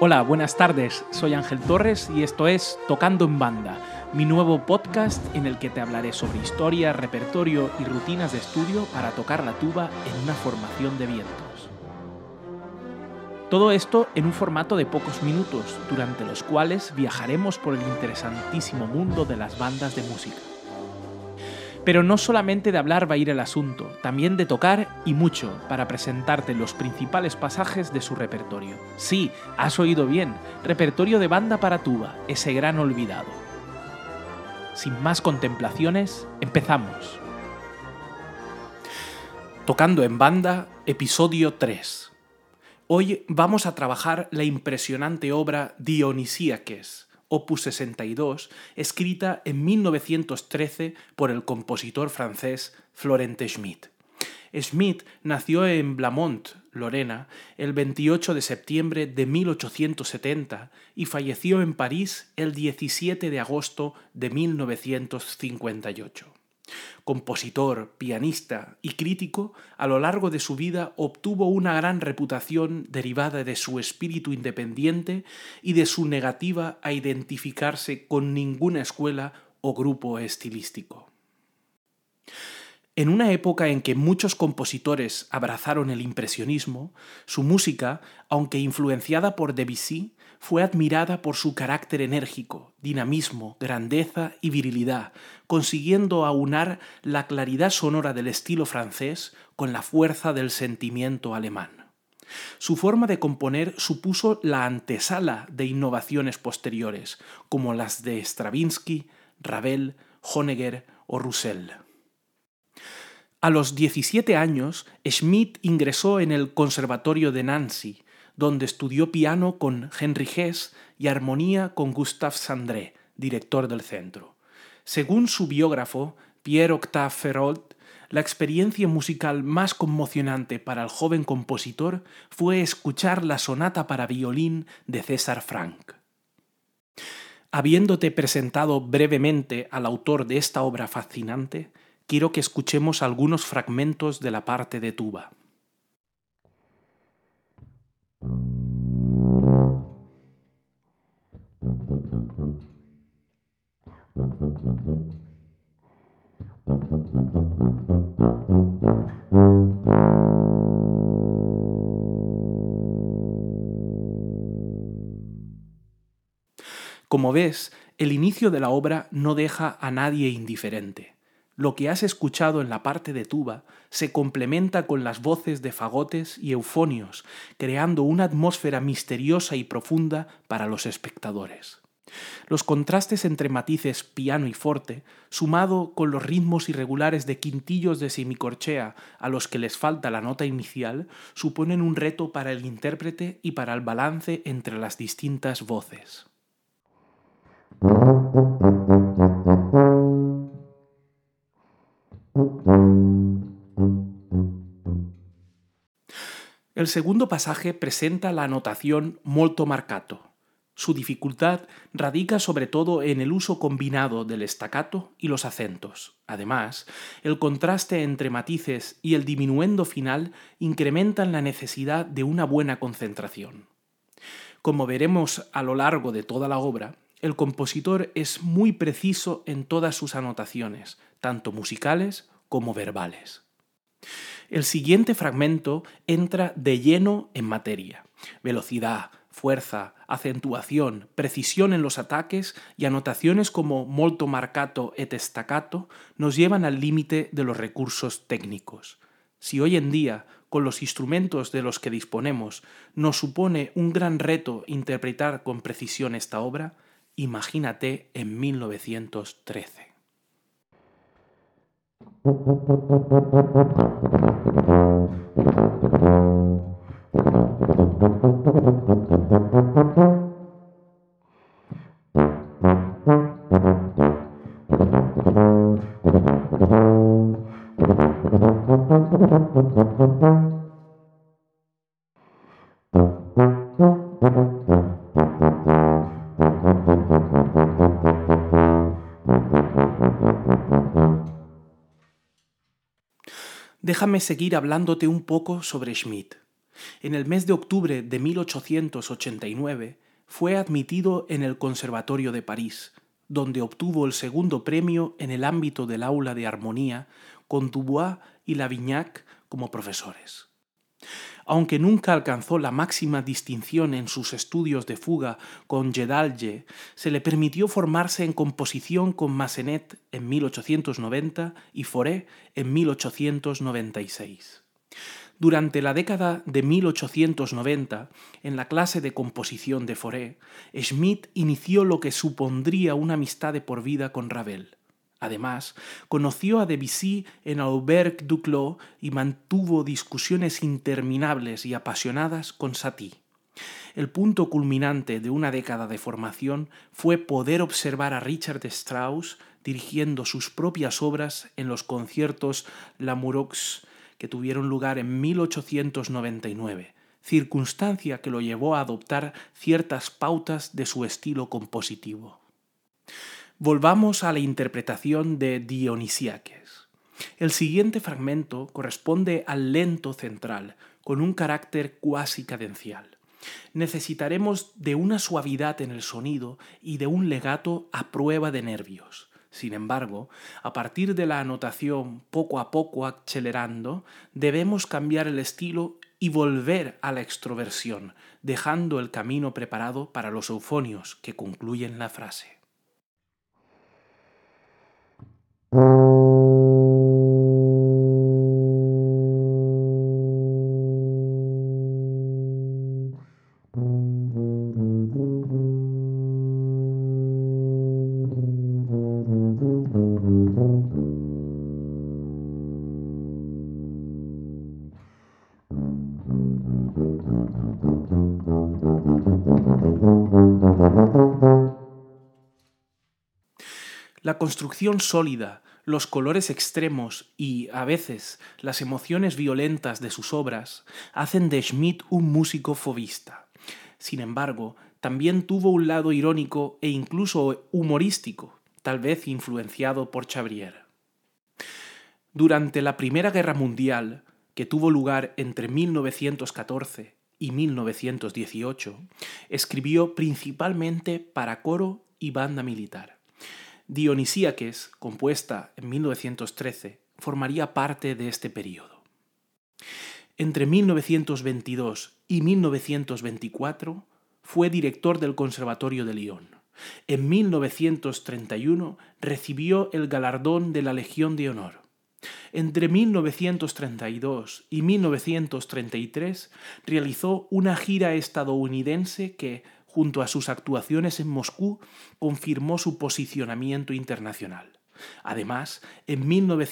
Hola, buenas tardes, soy Ángel Torres y esto es Tocando en Banda, mi nuevo podcast en el que te hablaré sobre historia, repertorio y rutinas de estudio para tocar la tuba en una formación de vientos. Todo esto en un formato de pocos minutos, durante los cuales viajaremos por el interesantísimo mundo de las bandas de música. Pero no solamente de hablar va a ir el asunto, también de tocar y mucho para presentarte los principales pasajes de su repertorio. Sí, has oído bien, repertorio de banda para tuba, ese gran olvidado. Sin más contemplaciones, empezamos. Tocando en banda, episodio 3. Hoy vamos a trabajar la impresionante obra Dionisíaques, Opus 62, escrita en 1913 por el compositor francés Florent Schmitt. Schmitt nació en Blamont, Lorena, el 28 de septiembre de 1870 y falleció en París el 17 de agosto de 1958. Compositor, pianista y crítico, a lo largo de su vida obtuvo una gran reputación derivada de su espíritu independiente y de su negativa a identificarse con ninguna escuela o grupo estilístico. En una época en que muchos compositores abrazaron el impresionismo, su música, aunque influenciada por Debussy, fue admirada por su carácter enérgico, dinamismo, grandeza y virilidad, consiguiendo aunar la claridad sonora del estilo francés con la fuerza del sentimiento alemán. Su forma de componer supuso la antesala de innovaciones posteriores, como las de Stravinsky, Ravel, Honegger o Roussel. A los 17 años, Schmitt ingresó en el Conservatorio de Nancy, donde estudió piano con Henry Hess y armonía con Gustave Sandré, director del centro. Según su biógrafo, Pierre-Octave Ferraud, la experiencia musical más conmocionante para el joven compositor fue escuchar la sonata para violín de César Franck. Habiéndote presentado brevemente al autor de esta obra fascinante, quiero que escuchemos algunos fragmentos de la parte de tuba. Como ves, el inicio de la obra no deja a nadie indiferente. Lo que has escuchado en la parte de tuba se complementa con las voces de fagotes y eufonios, creando una atmósfera misteriosa y profunda para los espectadores. Los contrastes entre matices piano y forte, sumado con los ritmos irregulares de quintillos de semicorchea a los que les falta la nota inicial, suponen un reto para el intérprete y para el balance entre las distintas voces. El segundo pasaje presenta la notación molto marcato. Su dificultad radica sobre todo en el uso combinado del staccato y los acentos. Además, el contraste entre matices y el diminuendo final incrementan la necesidad de una buena concentración. Como veremos a lo largo de toda la obra, el compositor es muy preciso en todas sus anotaciones, tanto musicales como verbales. El siguiente fragmento entra de lleno en materia. Velocidad, fuerza, acentuación, precisión en los ataques y anotaciones como molto marcato et staccato nos llevan al límite de los recursos técnicos. Si hoy en día, con los instrumentos de los que disponemos, nos supone un gran reto interpretar con precisión esta obra, imagínate en 1913. Déjame seguir hablándote un poco sobre Schmitt. En el mes de octubre de 1889 fue admitido en el Conservatorio de París, donde obtuvo el segundo premio en el ámbito del aula de armonía, con Dubois y Lavignac como profesores. Aunque nunca alcanzó la máxima distinción en sus estudios de fuga con Gedalge, se le permitió formarse en composición con Massenet en 1890 y Fauré en 1896. Durante la década de 1890, en la clase de composición de Fauré, Schmitt inició lo que supondría una amistad de por vida con Ravel. Además, conoció a Debussy en Auberge du Clos y mantuvo discusiones interminables y apasionadas con Satie. El punto culminante de una década de formación fue poder observar a Richard Strauss dirigiendo sus propias obras en los conciertos Lamoureux que tuvieron lugar en 1899, circunstancia que lo llevó a adoptar ciertas pautas de su estilo compositivo. Volvamos a la interpretación de Dionisíaques. El siguiente fragmento corresponde al lento central, con un carácter cuasi cadencial. Necesitaremos de una suavidad en el sonido y de un legato a prueba de nervios. Sin embargo, a partir de la anotación poco a poco acelerando, debemos cambiar el estilo y volver a la extroversión, dejando el camino preparado para los eufonios que concluyen la frase. La construcción sólida, los colores extremos y, a veces, las emociones violentas de sus obras hacen de Schmitt un músico fauvista. Sin embargo, también tuvo un lado irónico e incluso humorístico, tal vez influenciado por Chabrier. Durante la Primera Guerra Mundial, que tuvo lugar entre 1914 y 1918, escribió principalmente para coro y banda militar. Dionisíaques, compuesta en 1913, formaría parte de este período. Entre 1922 y 1924 fue director del Conservatorio de Lyon. En 1931 recibió el galardón de la Legión de Honor. Entre 1932 y 1933 realizó una gira estadounidense que, junto a sus actuaciones en Moscú, confirmó su posicionamiento internacional. Además, en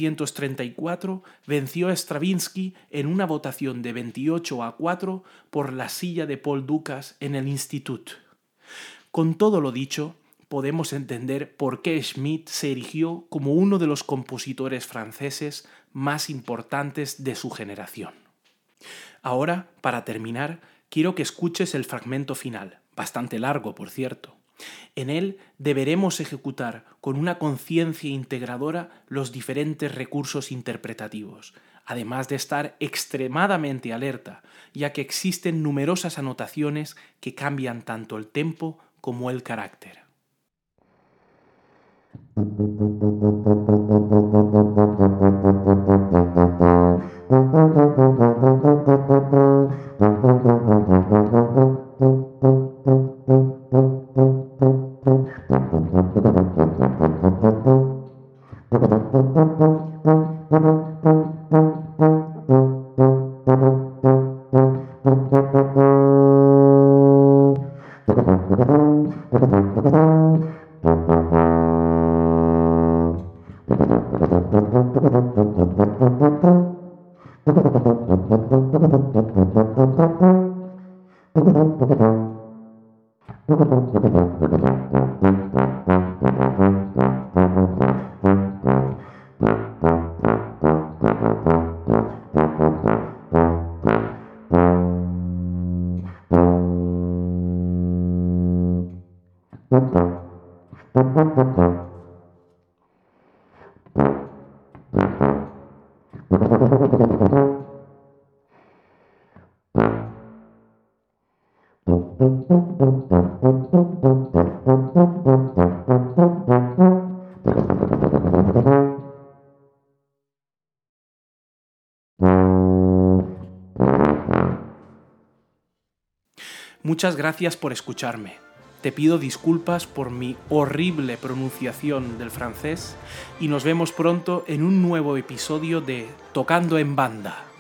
1934 venció a Stravinsky en una votación de 28-4 por la silla de Paul Dukas en el Institut. Con todo lo dicho, podemos entender por qué Schmitt se erigió como uno de los compositores franceses más importantes de su generación. Ahora, para terminar, quiero que escuches el fragmento final, bastante largo, por cierto. En él deberemos ejecutar con una conciencia integradora los diferentes recursos interpretativos, además de estar extremadamente alerta, ya que existen numerosas anotaciones que cambian tanto el tempo como el carácter. Muchas gracias por escucharme. Te pido disculpas por mi horrible pronunciación del francés y nos vemos pronto en un nuevo episodio de Tocando en Banda.